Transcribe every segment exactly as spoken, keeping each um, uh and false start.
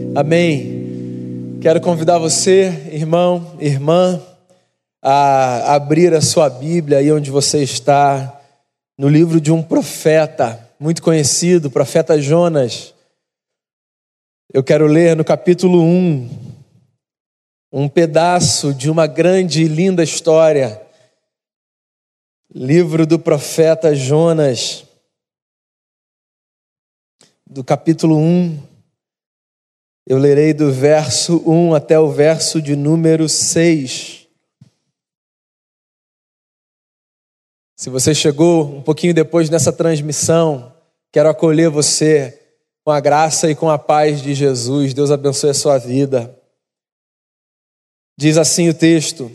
Amém. Quero convidar você, irmão, irmã, a abrir a sua Bíblia aí onde você está, no livro de um profeta muito conhecido, o profeta Jonas. Eu quero ler no capítulo um, um pedaço de uma grande e linda história. Livro do profeta Jonas, do capítulo um. Eu lerei do verso um até o verso de número seis. Se você chegou um pouquinho depois nessa transmissão, quero acolher você com a graça e com a paz de Jesus. Deus abençoe a sua vida. Diz assim o texto: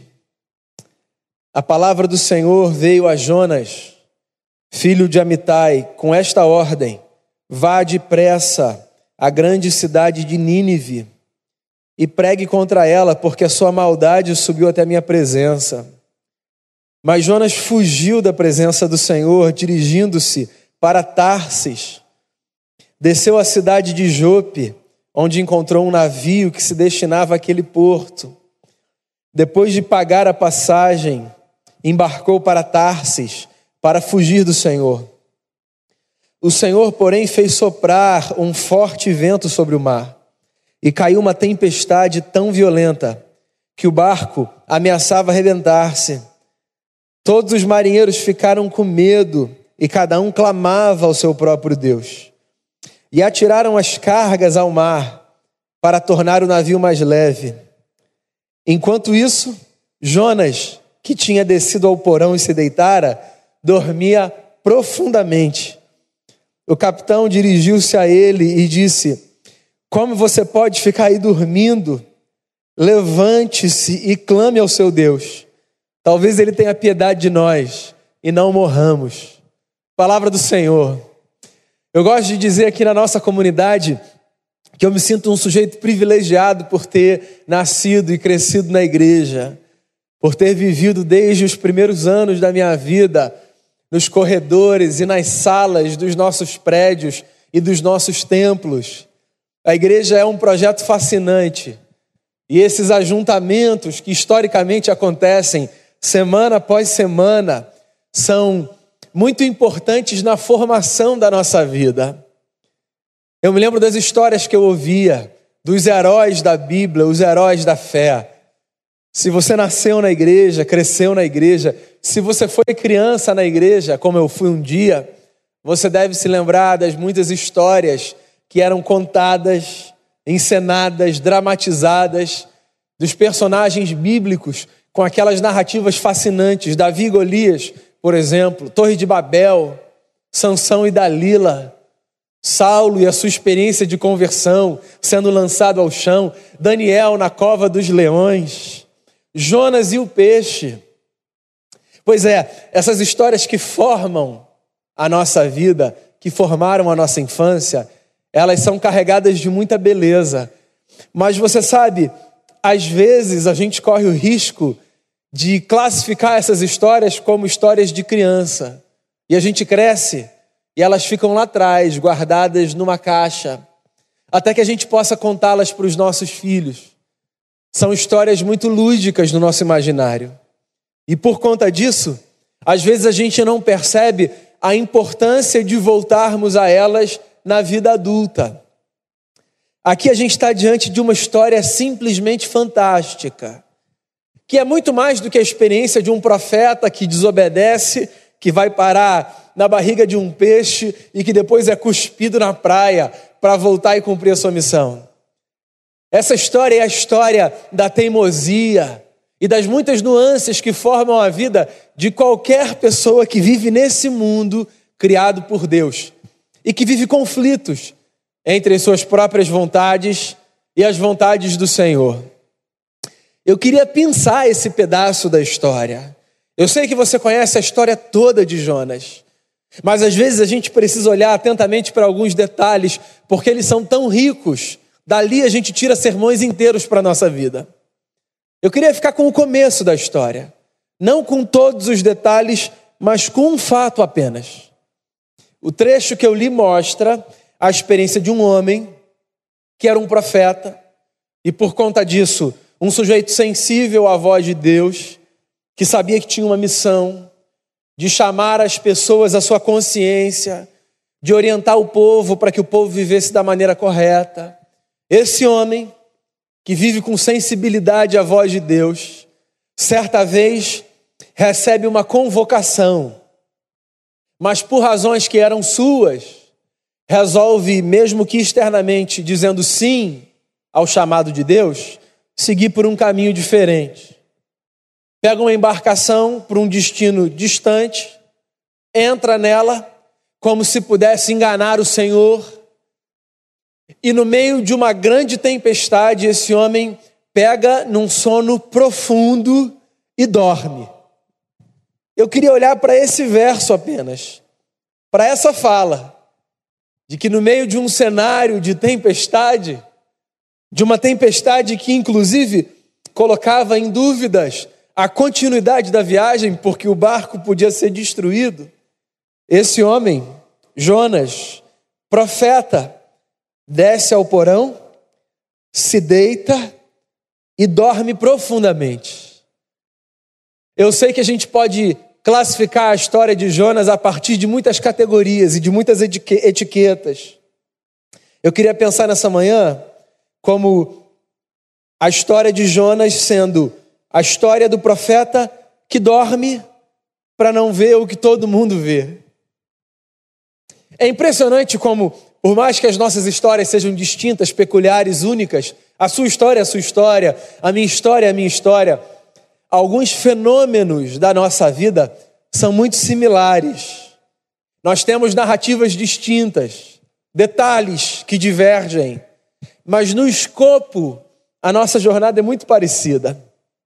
a palavra do Senhor veio a Jonas, filho de Amitai, com esta ordem: vá depressa à grande cidade de Nínive e pregue contra ela, porque a sua maldade subiu até a minha presença. Mas Jonas fugiu da presença do Senhor, dirigindo-se para Tarsis. Desceu à cidade de Jope, onde encontrou um navio que se destinava àquele porto. Depois de pagar a passagem, embarcou para Tarsis para fugir do Senhor. O Senhor, porém, fez soprar um forte vento sobre o mar, e caiu uma tempestade tão violenta que o barco ameaçava arrebentar-se. Todos os marinheiros ficaram com medo, e cada um clamava ao seu próprio Deus. E atiraram as cargas ao mar para tornar o navio mais leve. Enquanto isso, Jonas, que tinha descido ao porão e se deitara, dormia profundamente. O capitão dirigiu-se a ele e disse: como você pode ficar aí dormindo? Levante-se e clame ao seu Deus. Talvez ele tenha piedade de nós e não morramos. Palavra do Senhor. Eu gosto de dizer aqui na nossa comunidade que eu me sinto um sujeito privilegiado por ter nascido e crescido na igreja, por ter vivido desde os primeiros anos da minha vida nos corredores e nas salas dos nossos prédios e dos nossos templos. A igreja é um projeto fascinante. E esses ajuntamentos que historicamente acontecem semana após semana são muito importantes na formação da nossa vida. Eu me lembro das histórias que eu ouvia dos heróis da Bíblia, os heróis da fé. Se você nasceu na igreja, cresceu na igreja, se você foi criança na igreja, como eu fui um dia, você deve se lembrar das muitas histórias que eram contadas, encenadas, dramatizadas, dos personagens bíblicos com aquelas narrativas fascinantes. Davi e Golias, por exemplo, Torre de Babel, Sansão e Dalila, Saulo e a sua experiência de conversão, sendo lançado ao chão, Daniel na cova dos leões, Jonas e o peixe. Pois é, essas histórias que formam a nossa vida, que formaram a nossa infância, elas são carregadas de muita beleza. Mas você sabe, às vezes a gente corre o risco de classificar essas histórias como histórias de criança. E a gente cresce e elas ficam lá atrás, guardadas numa caixa, até que a gente possa contá-las para os nossos filhos. São histórias muito lúdicas no nosso imaginário. E por conta disso, às vezes a gente não percebe a importância de voltarmos a elas na vida adulta. Aqui a gente está diante de uma história simplesmente fantástica, que é muito mais do que a experiência de um profeta que desobedece, que vai parar na barriga de um peixe e que depois é cuspido na praia para voltar e cumprir a sua missão. Essa história é a história da teimosia e das muitas nuances que formam a vida de qualquer pessoa que vive nesse mundo criado por Deus e que vive conflitos entre as suas próprias vontades e as vontades do Senhor. Eu queria pensar esse pedaço da história. Eu sei que você conhece a história toda de Jonas, mas às vezes a gente precisa olhar atentamente para alguns detalhes, porque eles são tão ricos. Dali a gente tira sermões inteiros para a nossa vida. Eu queria ficar com o começo da história, não com todos os detalhes, mas com um fato apenas. O trecho que eu li mostra a experiência de um homem que era um profeta, e por conta disso, um sujeito sensível à voz de Deus, que sabia que tinha uma missão de chamar as pessoas à sua consciência, de orientar o povo para que o povo vivesse da maneira correta. Esse homem, que vive com sensibilidade à voz de Deus, certa vez recebe uma convocação, mas por razões que eram suas, resolve, mesmo que externamente, dizendo sim ao chamado de Deus, seguir por um caminho diferente. Pega uma embarcação para um destino distante, entra nela como se pudesse enganar o Senhor, e no meio de uma grande tempestade, esse homem pega num sono profundo e dorme. Eu queria olhar para esse verso apenas, para essa fala, de que no meio de um cenário de tempestade, de uma tempestade que inclusive colocava em dúvidas a continuidade da viagem, porque o barco podia ser destruído, esse homem, Jonas, profeta, desce ao porão, se deita e dorme profundamente. Eu sei que a gente pode classificar a história de Jonas a partir de muitas categorias e de muitas etiquetas. Eu queria pensar nessa manhã como a história de Jonas sendo a história do profeta que dorme para não ver o que todo mundo vê. É impressionante como, por mais que as nossas histórias sejam distintas, peculiares, únicas, a sua história é a sua história, a minha história é a minha história, alguns fenômenos da nossa vida são muito similares. Nós temos narrativas distintas, detalhes que divergem, mas no escopo a nossa jornada é muito parecida.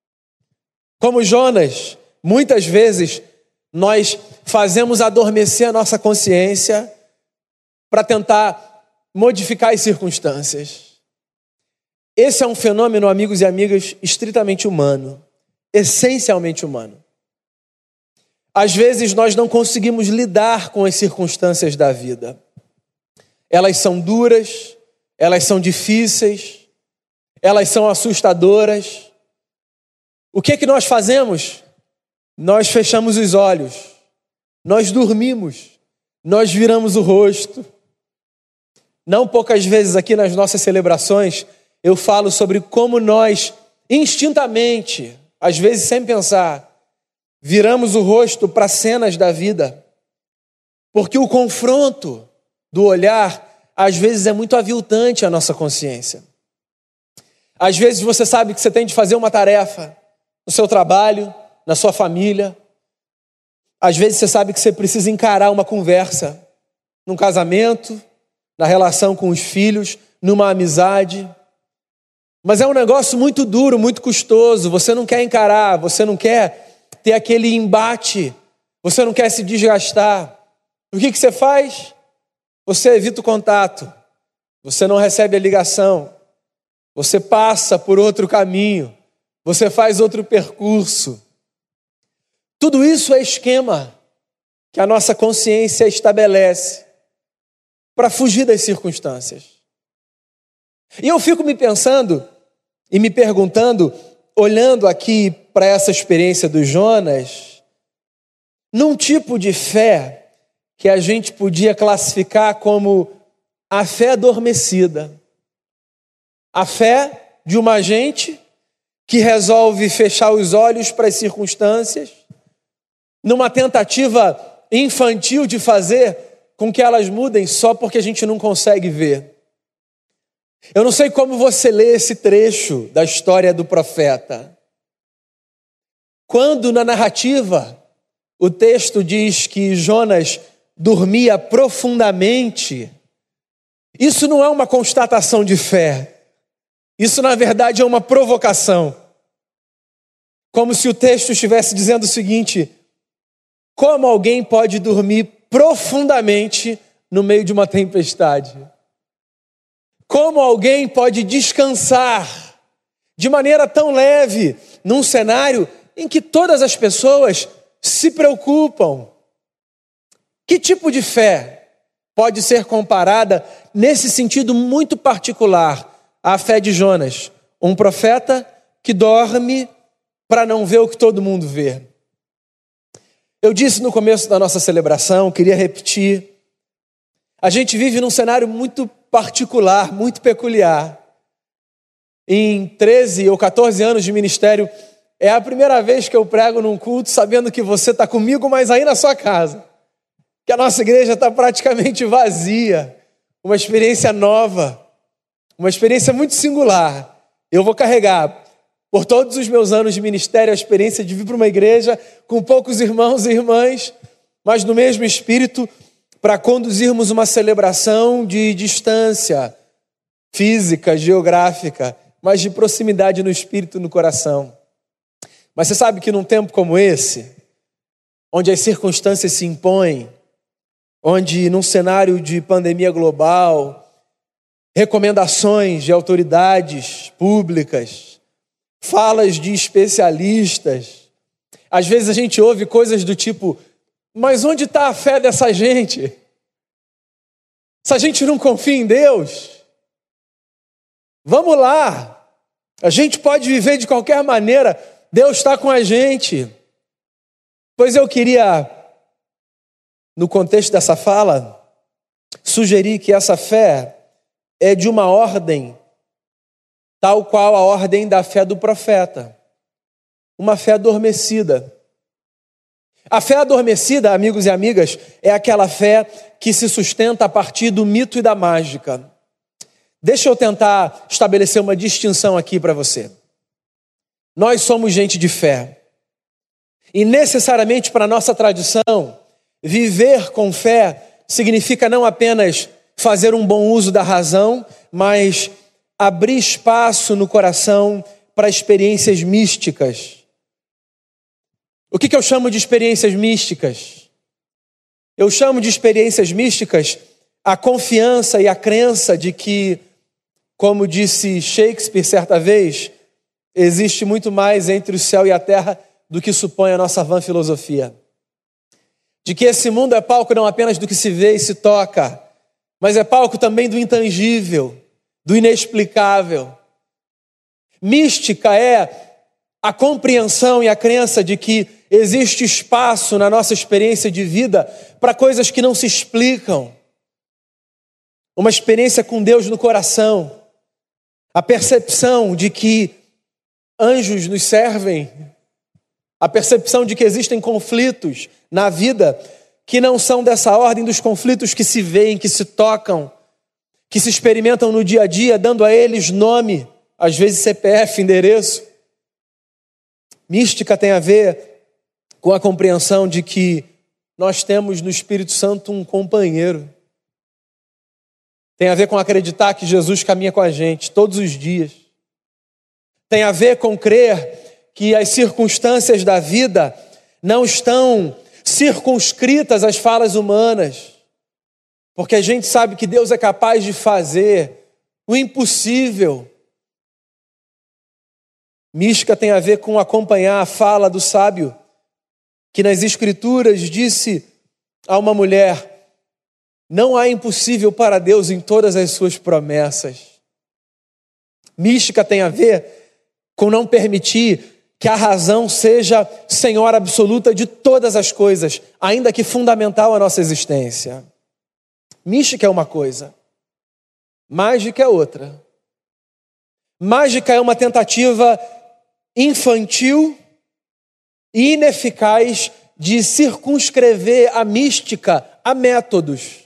Como Jonas, muitas vezes nós fazemos adormecer a nossa consciência para tentar modificar as circunstâncias. Esse é um fenômeno, amigos e amigas, estritamente humano, essencialmente humano. Às vezes nós não conseguimos lidar com as circunstâncias da vida. Elas são duras, elas são difíceis, elas são assustadoras. O que é que nós fazemos? Nós fechamos os olhos, nós dormimos, nós viramos o rosto. Não poucas vezes aqui nas nossas celebrações eu falo sobre como nós, instintamente, às vezes sem pensar, viramos o rosto para cenas da vida, porque o confronto do olhar, às vezes, é muito aviltante à nossa consciência. Às vezes você sabe que você tem de fazer uma tarefa no seu trabalho, na sua família. Às vezes você sabe que você precisa encarar uma conversa num casamento, na relação com os filhos, numa amizade. Mas é um negócio muito duro, muito custoso. Você não quer encarar, você não quer ter aquele embate, você não quer se desgastar. O que que você faz? Você evita o contato, você não recebe a ligação, você passa por outro caminho, você faz outro percurso. Tudo isso é esquema que a nossa consciência estabelece para fugir das circunstâncias. E eu fico me pensando e me perguntando, olhando aqui para essa experiência do Jonas, num tipo de fé que a gente podia classificar como a fé adormecida. A fé de uma gente que resolve fechar os olhos para as circunstâncias, numa tentativa infantil de fazer com que elas mudem só porque a gente não consegue ver. Eu não sei como você lê esse trecho da história do profeta. Quando na narrativa o texto diz que Jonas dormia profundamente, isso não é uma constatação de fé. Isso, na verdade, é uma provocação. Como se o texto estivesse dizendo o seguinte: como alguém pode dormir profundamente no meio de uma tempestade? Como alguém pode descansar de maneira tão leve num cenário em que todas as pessoas se preocupam? Que tipo de fé pode ser comparada, nesse sentido muito particular, à fé de Jonas, um profeta que dorme para não ver o que todo mundo vê. Eu disse no começo da nossa celebração, queria repetir, a gente vive num cenário muito particular, muito peculiar. Em treze ou quatorze anos de ministério, é a primeira vez que eu prego num culto sabendo que você está comigo, mas aí na sua casa. Que a nossa igreja está praticamente vazia. Uma experiência nova, uma experiência muito singular. Eu vou carregar, por todos os meus anos de ministério, a experiência de vir para uma igreja com poucos irmãos e irmãs, mas no mesmo espírito, para conduzirmos uma celebração de distância física, geográfica, mas de proximidade no espírito e no coração. Mas você sabe que num tempo como esse, onde as circunstâncias se impõem, onde num cenário de pandemia global, recomendações de autoridades públicas, falas de especialistas, às vezes a gente ouve coisas do tipo, mas onde está a fé dessa gente? Se a gente não confia em Deus, vamos lá, a gente pode viver de qualquer maneira, Deus está com a gente. Pois eu queria, no contexto dessa fala, sugerir que essa fé é de uma ordem, tal qual a ordem da fé do profeta. Uma fé adormecida. A fé adormecida, amigos e amigas, é aquela fé que se sustenta a partir do mito e da mágica. Deixa eu tentar estabelecer uma distinção aqui para você. Nós somos gente de fé. E necessariamente para a nossa tradição, viver com fé significa não apenas fazer um bom uso da razão, mas abrir espaço no coração para experiências místicas. O que que eu chamo de experiências místicas? Eu chamo de experiências místicas a confiança e a crença de que, como disse Shakespeare certa vez, existe muito mais entre o céu e a terra do que supõe a nossa vã filosofia. De que esse mundo é palco não apenas do que se vê e se toca, mas é palco também do intangível, do inexplicável. Mística é a compreensão e a crença de que existe espaço na nossa experiência de vida para coisas que não se explicam. Uma experiência com Deus no coração. A percepção de que anjos nos servem. A percepção de que existem conflitos na vida que não são dessa ordem dos conflitos que se veem, que se tocam, que se experimentam no dia a dia, dando a eles nome, às vezes C P F, endereço. Mística tem a ver com a compreensão de que nós temos no Espírito Santo um companheiro. Tem a ver com acreditar que Jesus caminha com a gente todos os dias. Tem a ver com crer que as circunstâncias da vida não estão circunscritas às falas humanas, porque a gente sabe que Deus é capaz de fazer o impossível. Mística tem a ver com acompanhar a fala do sábio, que nas Escrituras disse a uma mulher: não há impossível para Deus em todas as suas promessas. Mística tem a ver com não permitir que a razão seja senhora absoluta de todas as coisas, ainda que fundamental à nossa existência. Mística é uma coisa, mágica é outra. Mágica é uma tentativa infantil e ineficaz de circunscrever a mística a métodos.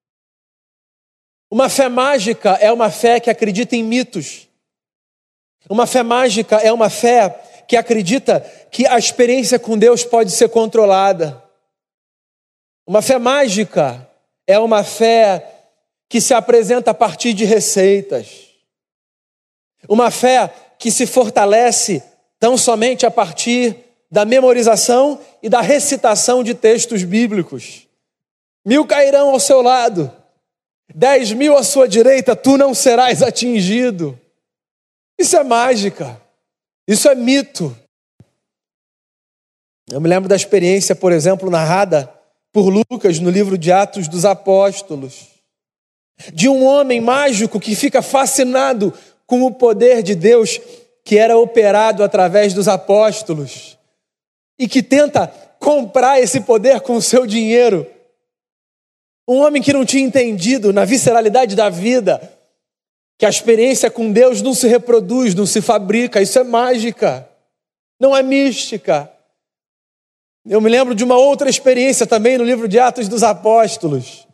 Uma fé mágica é uma fé que acredita em mitos. Uma fé mágica é uma fé que acredita que a experiência com Deus pode ser controlada. Uma fé mágica é uma fé que se apresenta a partir de receitas. Uma fé que se fortalece tão somente a partir da memorização e da recitação de textos bíblicos. Mil cairão ao seu lado, dez mil à sua direita, tu não serás atingido. Isso é mágica, isso é mito. Eu me lembro da experiência, por exemplo, narrada por Lucas no livro de Atos dos Apóstolos, de um homem mágico que fica fascinado com o poder de Deus que era operado através dos apóstolos e que tenta comprar esse poder com o seu dinheiro. Um homem que não tinha entendido na visceralidade da vida que a experiência com Deus não se reproduz, não se fabrica, isso é mágica, não é mística. Eu me lembro de uma outra experiência também no livro de Atos dos Apóstolos,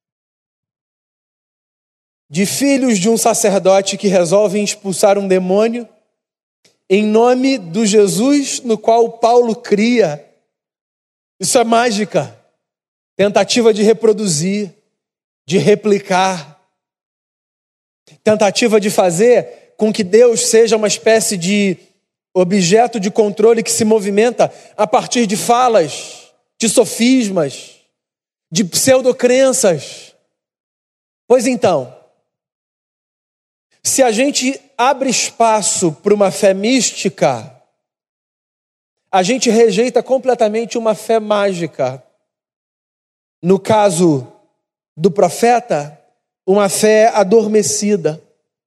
de filhos de um sacerdote que resolvem expulsar um demônio em nome do Jesus no qual Paulo cria. Isso é mágica, tentativa de reproduzir, de replicar, tentativa de fazer com que Deus seja uma espécie de objeto de controle que se movimenta a partir de falas, de sofismas, de pseudocrenças. Pois então, se a gente abre espaço para uma fé mística, a gente rejeita completamente uma fé mágica. No caso do profeta, uma fé adormecida.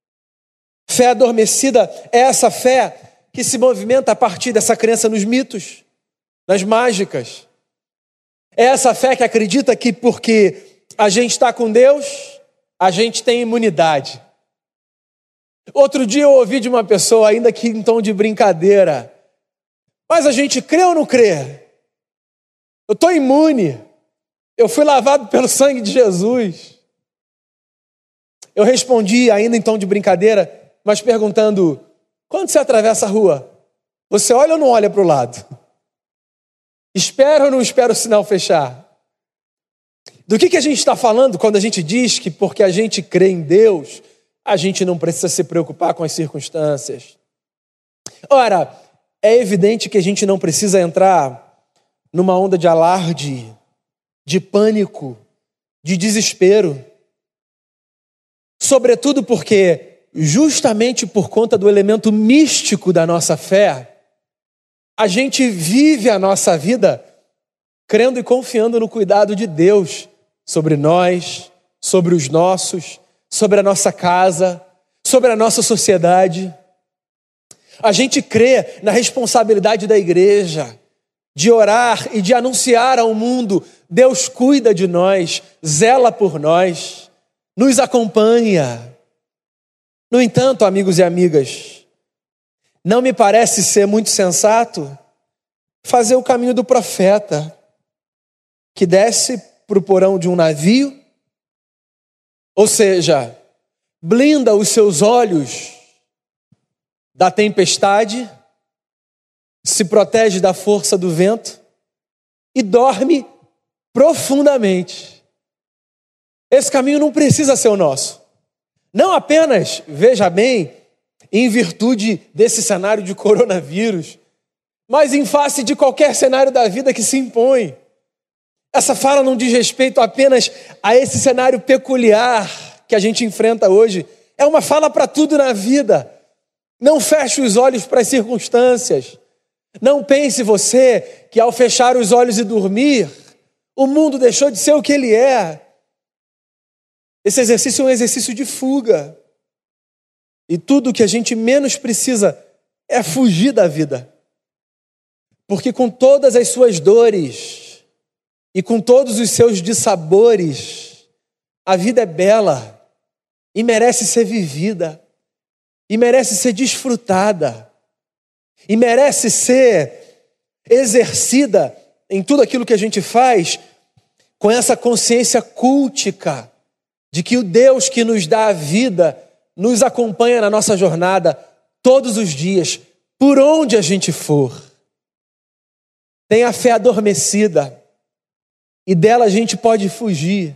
Fé adormecida é essa fé que se movimenta a partir dessa crença nos mitos, nas mágicas. É essa fé que acredita que porque a gente está com Deus, a gente tem imunidade. Outro dia eu ouvi de uma pessoa, ainda que em tom de brincadeira, mas a gente crê ou não crê? Eu estou imune, eu fui lavado pelo sangue de Jesus. Eu respondi, ainda em tom de brincadeira, mas perguntando: quando você atravessa a rua, você olha ou não olha para o lado? Espera ou não espera o sinal fechar? Do que, que a gente está falando quando a gente diz que porque a gente crê em Deus, a gente não precisa se preocupar com as circunstâncias? Ora, é evidente que a gente não precisa entrar numa onda de alarde, de pânico, de desespero. Sobretudo porque, justamente por conta do elemento místico da nossa fé, a gente vive a nossa vida crendo e confiando no cuidado de Deus sobre nós, sobre os nossos, sobre a nossa casa, sobre a nossa sociedade. A gente crê na responsabilidade da igreja de orar e de anunciar ao mundo: Deus cuida de nós, zela por nós, nos acompanha. No entanto, amigos e amigas, não me parece ser muito sensato fazer o caminho do profeta, que desce para o porão de um navio, ou seja, blinda os seus olhos da tempestade, se protege da força do vento e dorme profundamente. Esse caminho não precisa ser o nosso. Não apenas, veja bem, em virtude desse cenário de coronavírus, mas em face de qualquer cenário da vida que se impõe. Essa fala não diz respeito apenas a esse cenário peculiar que a gente enfrenta hoje. É uma fala para tudo na vida. Não feche os olhos para as circunstâncias. Não pense você que ao fechar os olhos e dormir, o mundo deixou de ser o que ele é. Esse exercício é um exercício de fuga. E tudo o que a gente menos precisa é fugir da vida. Porque com todas as suas dores e com todos os seus dissabores, a vida é bela e merece ser vivida, e merece ser desfrutada, e merece ser exercida em tudo aquilo que a gente faz com essa consciência cultica de que o Deus que nos dá a vida nos acompanha na nossa jornada todos os dias, por onde a gente for. Tem a fé adormecida e dela a gente pode fugir.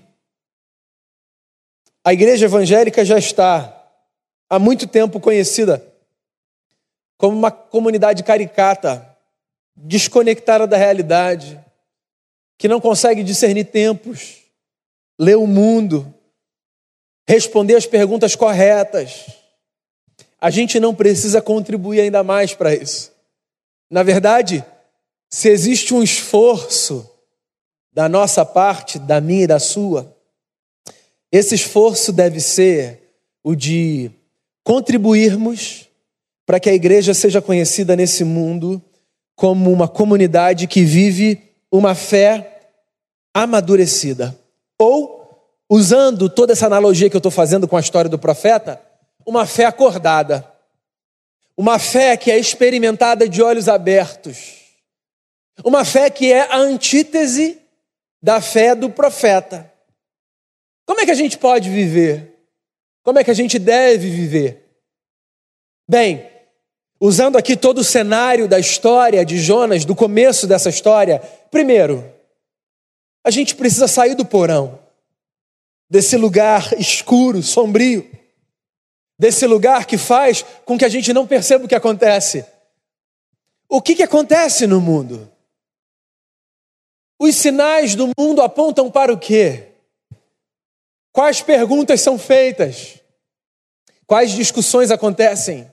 A igreja evangélica já está há muito tempo conhecida como uma comunidade caricata, desconectada da realidade, que não consegue discernir tempos, ler o mundo, responder as perguntas corretas. A gente não precisa contribuir ainda mais para isso. Na verdade, se existe um esforço da nossa parte, da minha e da sua, esse esforço deve ser o de contribuirmos para que a igreja seja conhecida nesse mundo como uma comunidade que vive uma fé amadurecida. Ou, usando toda essa analogia que eu estou fazendo com a história do profeta, uma fé acordada. Uma fé que é experimentada de olhos abertos. Uma fé que é a antítese da fé do profeta. Como é que a gente pode viver? Como é que a gente deve viver? Bem, usando aqui todo o cenário da história de Jonas, do começo dessa história, primeiro, a gente precisa sair do porão, desse lugar escuro, sombrio, desse lugar que faz com que a gente não perceba o que acontece. O que que acontece no mundo? Os sinais do mundo apontam para o quê? Quais perguntas são feitas? Quais discussões acontecem?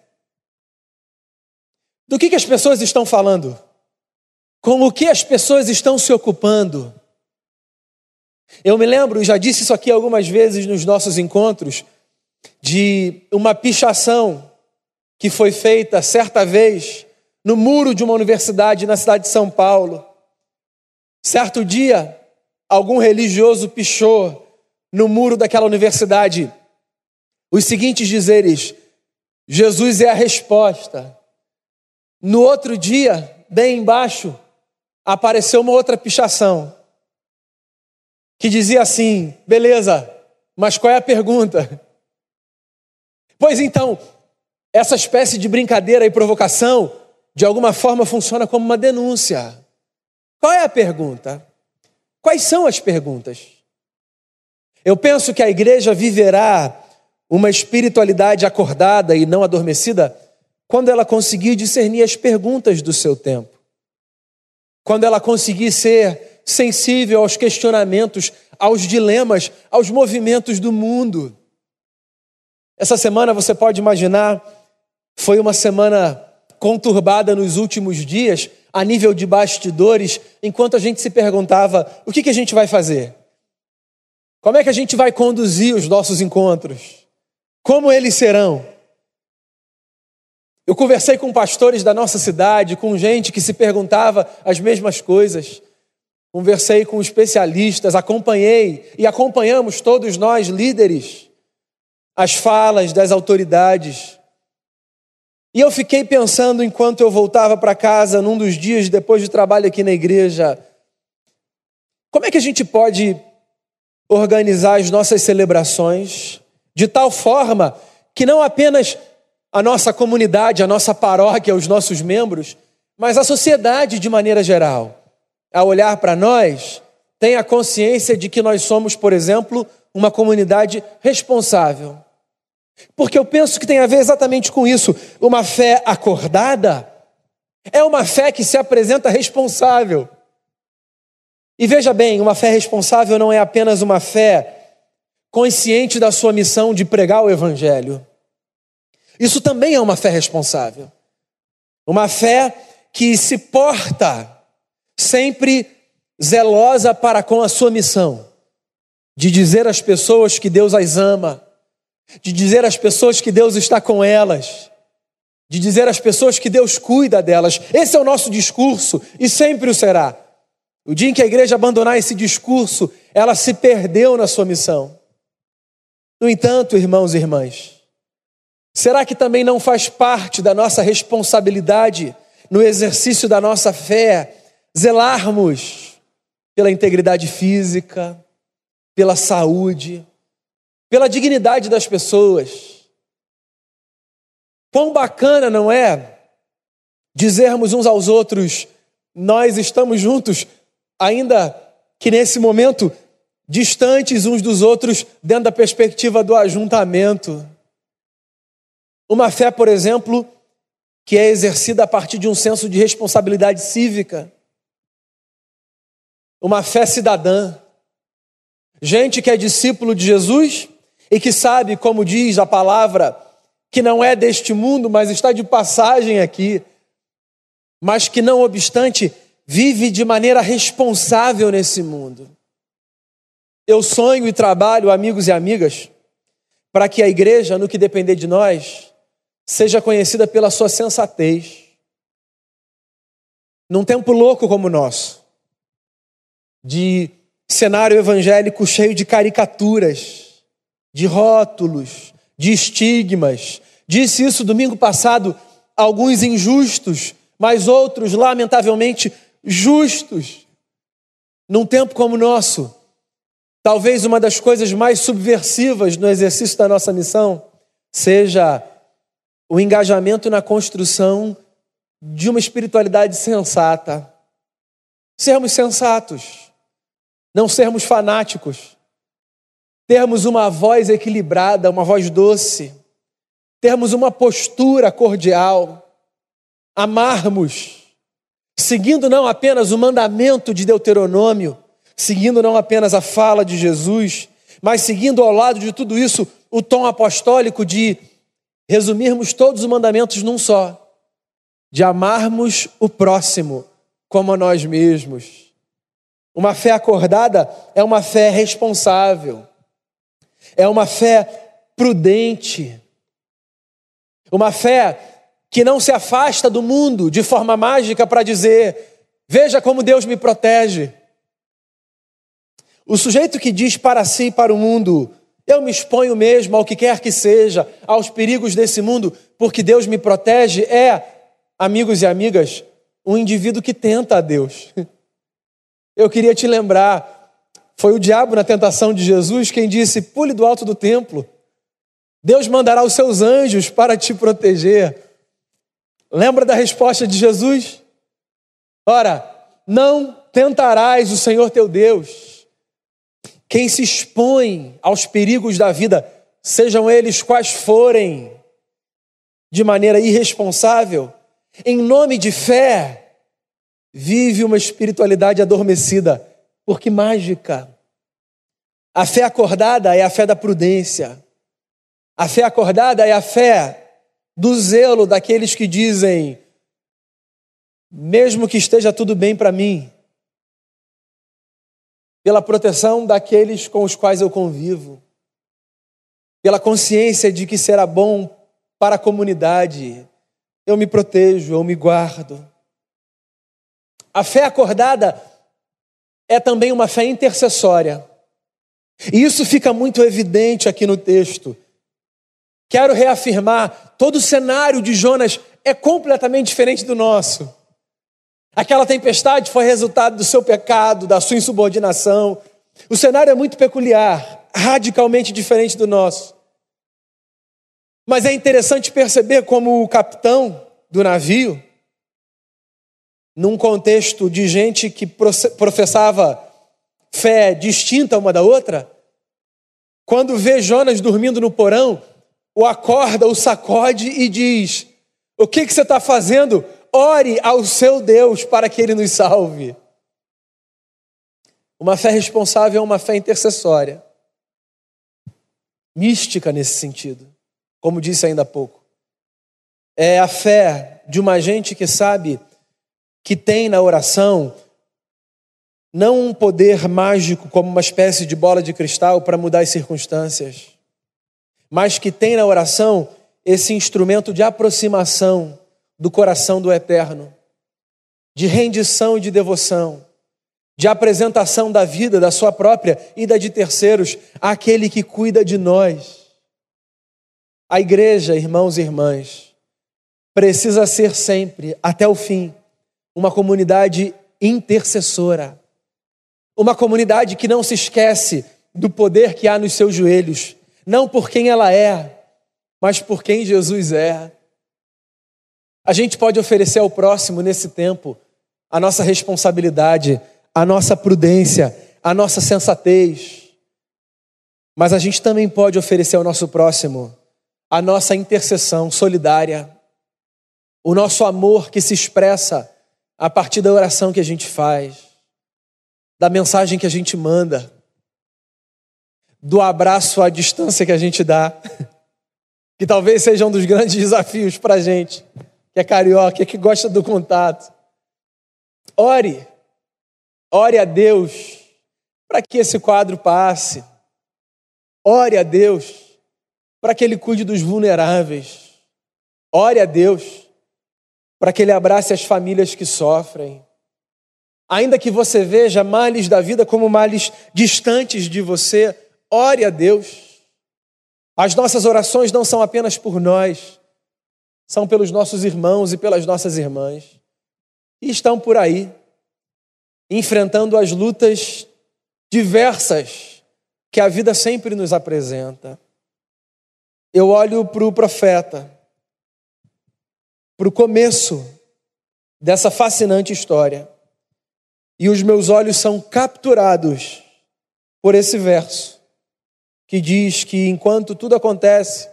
Do que que as pessoas estão falando? Com o que as pessoas estão se ocupando? Eu me lembro, já disse isso aqui algumas vezes nos nossos encontros, de uma pichação que foi feita certa vez no muro de uma universidade na cidade de São Paulo. Certo dia, algum religioso pichou no muro daquela universidade os seguintes dizeres: Jesus é a resposta. No outro dia, bem embaixo, apareceu uma outra pichação que dizia assim: beleza, mas qual é a pergunta? Pois então, essa espécie de brincadeira e provocação, de alguma forma, funciona como uma denúncia. Qual é a pergunta? Quais são as perguntas? Eu penso que a igreja viverá uma espiritualidade acordada e não adormecida quando ela conseguir discernir as perguntas do seu tempo. Quando ela conseguir ser sensível aos questionamentos, aos dilemas, aos movimentos do mundo. Essa semana, você pode imaginar, foi uma semana conturbada nos últimos dias, a nível de bastidores, enquanto a gente se perguntava: o que que a gente vai fazer? Como é que a gente vai conduzir os nossos encontros? Como eles serão? Eu conversei com pastores da nossa cidade, com gente que se perguntava as mesmas coisas. Conversei com especialistas, acompanhei e acompanhamos todos nós, líderes, as falas das autoridades. E eu fiquei pensando, enquanto eu voltava para casa, num dos dias depois de trabalho aqui na igreja, como é que a gente pode organizar as nossas celebrações de tal forma que não apenas a nossa comunidade, a nossa paróquia, os nossos membros, mas a sociedade de maneira geral, ao olhar para nós, tenha consciência de que nós somos, por exemplo, uma comunidade responsável. Porque eu penso que tem a ver exatamente com isso. Uma fé acordada é uma fé que se apresenta responsável. E veja bem, uma fé responsável não é apenas uma fé consciente da sua missão de pregar o evangelho. Isso também é uma fé responsável. Uma fé que se porta sempre zelosa para com a sua missão, de dizer às pessoas que Deus as ama, de dizer às pessoas que Deus está com elas, de dizer às pessoas que Deus cuida delas. Esse é o nosso discurso e sempre o será. O dia em que a igreja abandonar esse discurso, ela se perdeu na sua missão. No entanto, irmãos e irmãs, será que também não faz parte da nossa responsabilidade no exercício da nossa fé zelarmos pela integridade física, pela saúde, pela dignidade das pessoas? Quão bacana, não é, dizermos uns aos outros: nós estamos juntos, ainda que nesse momento distantes uns dos outros, dentro da perspectiva do ajuntamento. Uma fé, por exemplo, que é exercida a partir de um senso de responsabilidade cívica. Uma fé cidadã. Gente que é discípulo de Jesus e que sabe, como diz a palavra, que não é deste mundo, mas está de passagem aqui, mas que não obstante vive de maneira responsável nesse mundo. Eu sonho e trabalho, amigos e amigas, para que a igreja, no que depender de nós, seja conhecida pela sua sensatez. Num tempo louco como o nosso, de cenário evangélico cheio de caricaturas, de rótulos, de estigmas. Disse isso domingo passado, alguns injustos, mas outros, lamentavelmente, justos. Num tempo como o nosso, talvez uma das coisas mais subversivas no exercício da nossa missão seja o engajamento na construção de uma espiritualidade sensata. Sermos sensatos, não sermos fanáticos, termos uma voz equilibrada, uma voz doce, termos uma postura cordial, amarmos, seguindo não apenas o mandamento de Deuteronômio, seguindo não apenas a fala de Jesus, mas seguindo ao lado de tudo isso o tom apostólico de resumirmos todos os mandamentos num só, de amarmos o próximo como a nós mesmos. Uma fé acordada é uma fé responsável, é uma fé prudente, uma fé que não se afasta do mundo de forma mágica para dizer: veja como Deus me protege. O sujeito que diz para si e para o mundo: eu me exponho mesmo ao que quer que seja, aos perigos desse mundo, porque Deus me protege, é, amigos e amigas, um indivíduo que tenta a Deus. Eu queria te lembrar, foi o diabo na tentação de Jesus quem disse: pule do alto do templo, Deus mandará os seus anjos para te proteger. Lembra da resposta de Jesus? Ora, não tentarás o Senhor teu Deus. Quem se expõe aos perigos da vida, sejam eles quais forem, de maneira irresponsável, em nome de fé, vive uma espiritualidade adormecida. Por que mágica? A fé acordada é a fé da prudência. A fé acordada é a fé do zelo daqueles que dizem: mesmo que esteja tudo bem para mim, pela proteção daqueles com os quais eu convivo, pela consciência de que será bom para a comunidade, eu me protejo, eu me guardo. A fé acordada é também uma fé intercessória. E isso fica muito evidente aqui no texto. Quero reafirmar, todo o cenário de Jonas é completamente diferente do nosso. Aquela tempestade foi resultado do seu pecado, da sua insubordinação. O cenário é muito peculiar, radicalmente diferente do nosso. Mas é interessante perceber como o capitão do navio, num contexto de gente que professava fé distinta uma da outra, quando vê Jonas dormindo no porão, o acorda, o sacode e diz: o que, que você está fazendo? Ore ao seu Deus para que Ele nos salve. Uma fé responsável é uma fé intercessória, mística nesse sentido, como disse ainda há pouco. É a fé de uma gente que sabe que tem na oração não um poder mágico como uma espécie de bola de cristal para mudar as circunstâncias, mas que tem na oração esse instrumento de aproximação do coração do Eterno, de rendição e de devoção, de apresentação da vida, da sua própria e da de terceiros, àquele que cuida de nós. A igreja, irmãos e irmãs, precisa ser sempre, até o fim, uma comunidade intercessora, uma comunidade que não se esquece do poder que há nos seus joelhos, não por quem ela é, mas por quem Jesus é. A gente pode oferecer ao próximo nesse tempo a nossa responsabilidade, a nossa prudência, a nossa sensatez, mas a gente também pode oferecer ao nosso próximo a nossa intercessão solidária, o nosso amor que se expressa a partir da oração que a gente faz, da mensagem que a gente manda, do abraço à distância que a gente dá, que talvez seja um dos grandes desafios para a gente, que é carioca, que gosta do contato. ore, ore a Deus para que esse quadro passe. Ore a Deus para que Ele cuide dos vulneráveis. Ore a Deus para que Ele abrace as famílias que sofrem. Ainda que você veja males da vida como males distantes de você, ore a Deus. As nossas orações não são apenas por nós, são pelos nossos irmãos e pelas nossas irmãs. E estão por aí, enfrentando as lutas diversas que a vida sempre nos apresenta. Eu olho para o profeta, para o começo dessa fascinante história, e os meus olhos são capturados por esse verso, que diz que enquanto tudo acontece,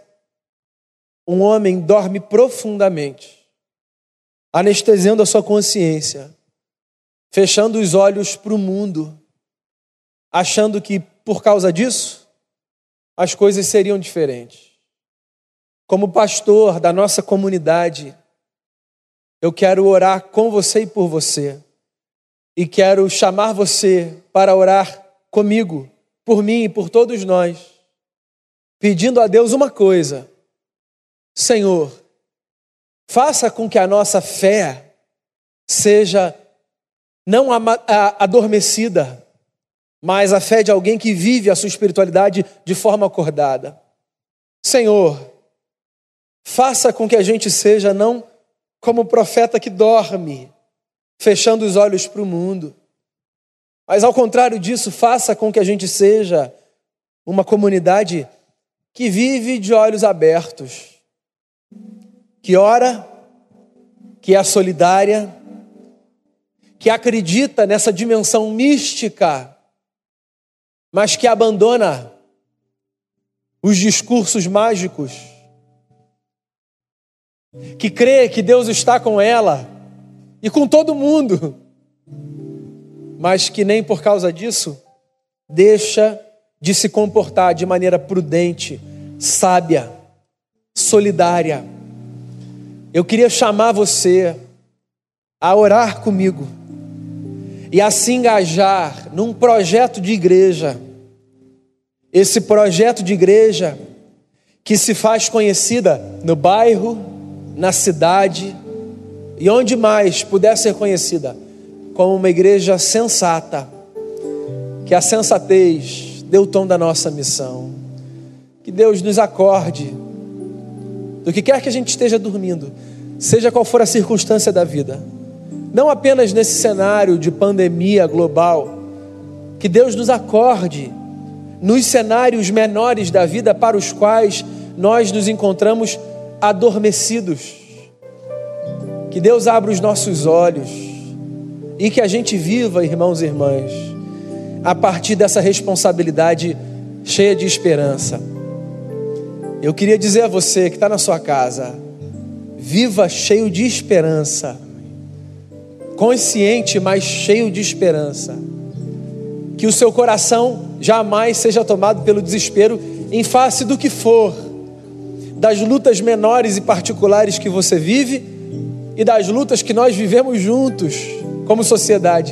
um homem dorme profundamente, anestesiando a sua consciência, fechando os olhos para o mundo, achando que por causa disso, as coisas seriam diferentes. Como pastor da nossa comunidade, eu quero orar com você e por você. E quero chamar você para orar comigo, por mim e por todos nós, pedindo a Deus uma coisa: Senhor, faça com que a nossa fé seja não adormecida, mas a fé de alguém que vive a sua espiritualidade de forma acordada. Senhor, faça com que a gente seja não como o profeta que dorme, fechando os olhos para o mundo, mas ao contrário disso, faça com que a gente seja uma comunidade que vive de olhos abertos, que ora, que é solidária, que acredita nessa dimensão mística, mas que abandona os discursos mágicos, que crê que Deus está com ela e com todo mundo, mas que nem por causa disso deixa de se comportar de maneira prudente, sábia, solidária. Eu queria chamar você a orar comigo e a se engajar num projeto de igreja. Esse projeto de igreja que se faz conhecida no bairro, na cidade e onde mais puder ser conhecida como uma igreja sensata, que a sensatez dê o tom da nossa missão. Que Deus nos acorde do que quer que a gente esteja dormindo, seja qual for a circunstância da vida, não apenas nesse cenário de pandemia global. Que Deus nos acorde nos cenários menores da vida para os quais nós nos encontramos adormecidos. Que Deus abra os nossos olhos e que a gente viva, irmãos e irmãs, a partir dessa responsabilidade cheia de esperança. Eu queria dizer a você que está na sua casa: viva cheio de esperança, consciente, mas cheio de esperança. Que o seu coração jamais seja tomado pelo desespero em face do que for, das lutas menores e particulares que você vive e das lutas que nós vivemos juntos como sociedade.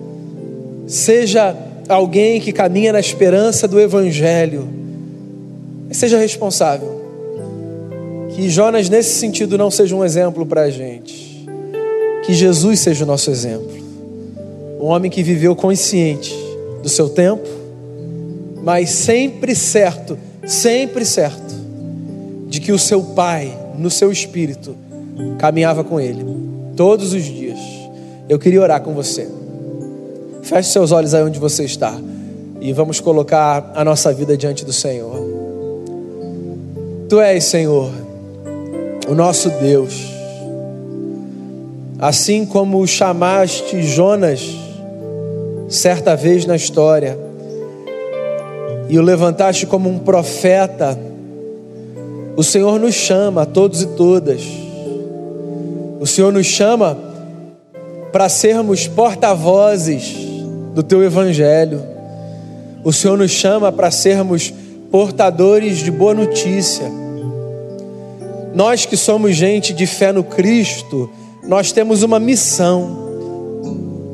Seja alguém que caminha na esperança do Evangelho. Seja responsável. Que Jonas, nesse sentido, não seja um exemplo para a gente. Que Jesus seja o nosso exemplo. Um homem que viveu consciente do seu tempo, mas sempre certo, sempre certo, de que o seu Pai, no seu espírito, caminhava com ele todos os dias. Eu queria orar com você. Feche seus olhos aí onde você está e vamos colocar a nossa vida diante do Senhor. Tu és, Senhor, o nosso Deus. Assim como chamaste Jonas certa vez na história e o levantaste como um profeta, o Senhor nos chama a todos e todas. O Senhor nos chama para sermos porta-vozes do Teu Evangelho. O Senhor nos chama para sermos portadores de boa notícia. Nós que somos gente de fé no Cristo, nós temos uma missão.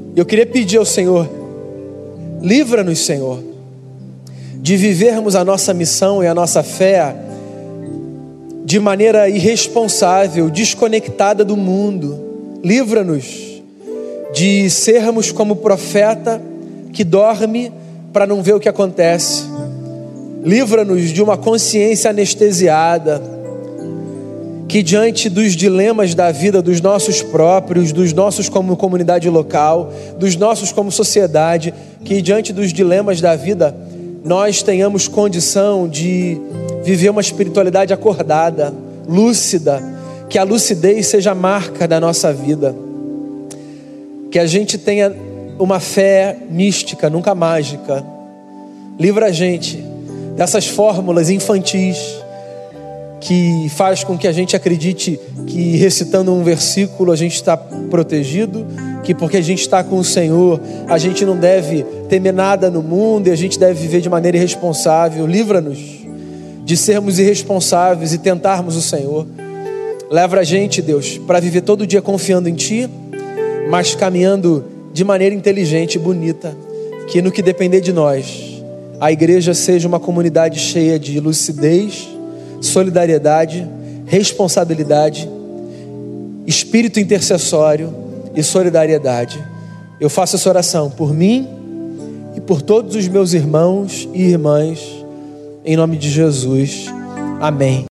Eu queria pedir ao Senhor, livra-nos, Senhor, de vivermos a nossa missão e a nossa fé de maneira irresponsável, desconectada do mundo. Livra-nos de sermos como profeta que dorme para não ver o que acontece. Livra-nos de uma consciência anestesiada, que diante dos dilemas da vida, dos nossos próprios, dos nossos como comunidade local, dos nossos como sociedade, que diante dos dilemas da vida, nós tenhamos condição de viver uma espiritualidade acordada, lúcida, que a lucidez seja a marca da nossa vida, que a gente tenha uma fé mística, nunca mágica. Livra a gente dessas fórmulas infantis que faz com que a gente acredite que recitando um versículo a gente está protegido, que porque a gente está com o Senhor a gente não deve temer nada no mundo e a gente deve viver de maneira irresponsável. Livra-nos de sermos irresponsáveis e tentarmos o Senhor. Leva a gente, Deus, para viver todo dia confiando em Ti, mas caminhando de maneira inteligente e bonita, que no que depender de nós, a igreja seja uma comunidade cheia de lucidez, solidariedade, responsabilidade, espírito intercessório e solidariedade. Eu faço essa oração por mim e por todos os meus irmãos e irmãs, em nome de Jesus. Amém.